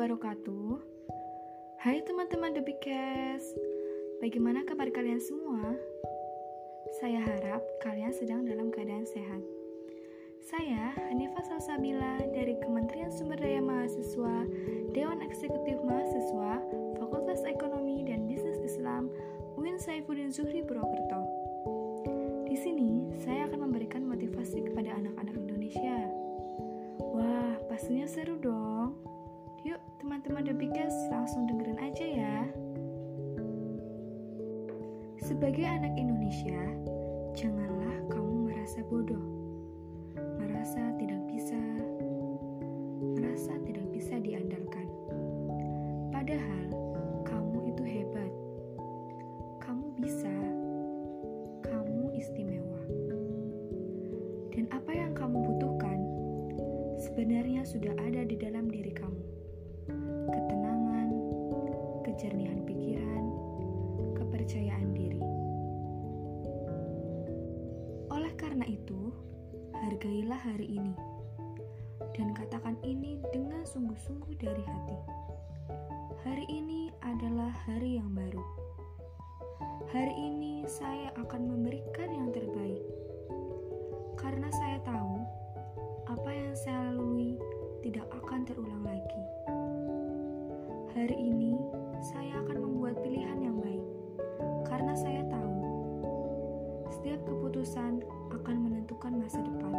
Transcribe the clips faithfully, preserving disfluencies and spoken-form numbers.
wabarakatuh. Hai teman-teman The Bigcast, bagaimana kabar kalian semua? Saya harap kalian sedang dalam keadaan sehat. Saya Hanifah Salsabila dari Kementerian Sumber Daya Mahasiswa, Dewan Eksekutif Mahasiswa, Fakultas Ekonomi dan Bisnis Islam, U I N Saifuddin Zuhri Purwokerto. Di sini saya akan memberikan motivasi kepada anak-anak Indonesia. Wah, pastinya seru dong. Yuk, teman-teman The Bigcast, langsung dengerin aja ya. Sebagai anak Indonesia, janganlah kamu merasa bodoh, merasa tidak bisa, merasa tidak bisa diandalkan. Padahal, kamu itu hebat. Kamu bisa. Kamu istimewa. Dan apa yang kamu butuhkan sebenarnya sudah ada di dalam diri kamu. Ketenangan, kejernihan pikiran, kepercayaan diri. Oleh karena itu, hargailah hari ini dan katakan ini dengan sungguh-sungguh dari hati. Hari ini adalah hari yang baru. Hari ini saya akan memberikan yang terbaik. Karena saya tahu apa yang saya lalui tidak akan terulang lagi. Hari ini saya akan membuat pilihan yang baik. Karena saya tahu setiap keputusan akan menentukan masa depan.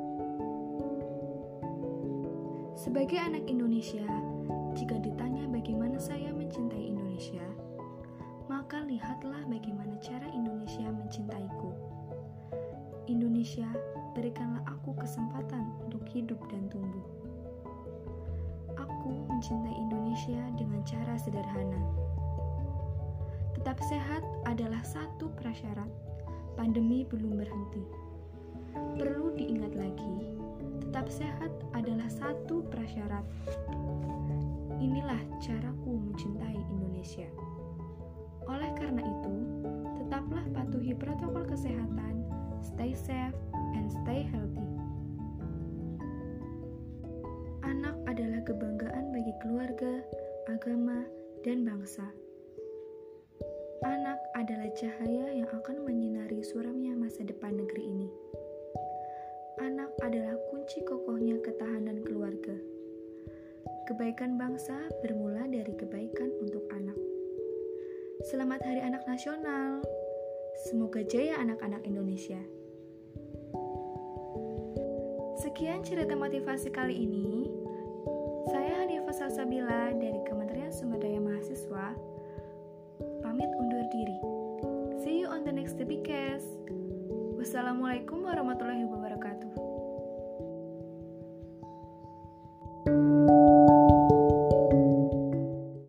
Sebagai anak Indonesia, jika ditanya bagaimana saya mencintai Indonesia, maka lihatlah bagaimana cara Indonesia mencintaiku. Indonesia, berikanlah aku kesempatan untuk hidup dan tumbuh. Aku mencintai Indonesia dengan cara sederhana. Tetap sehat adalah satu prasyarat. Pandemi belum berhenti. Perlu diingat lagi, tetap sehat adalah satu prasyarat. Inilah caraku mencintai Indonesia. Oleh karena itu, tetaplah patuhi protokol kesehatan, stay safe, and stay healthy. Anak adalah kebanggaan bagi keluarga, agama, dan bangsa. Anak adalah cahaya yang akan menyinari suramnya masa depan negeri ini. Anak adalah kunci kokohnya ketahanan keluarga. Kebaikan bangsa bermula dari kebaikan untuk anak. Selamat Hari Anak Nasional. Semoga jaya anak-anak Indonesia. Sekian cerita motivasi kali ini. Saya Hanifah Salsabila dari Kementerian Sumber Daya Mahasiswa. Pamit undur diri. See you on the next The Bigcast. Wassalamualaikum warahmatullahi wabarakatuh.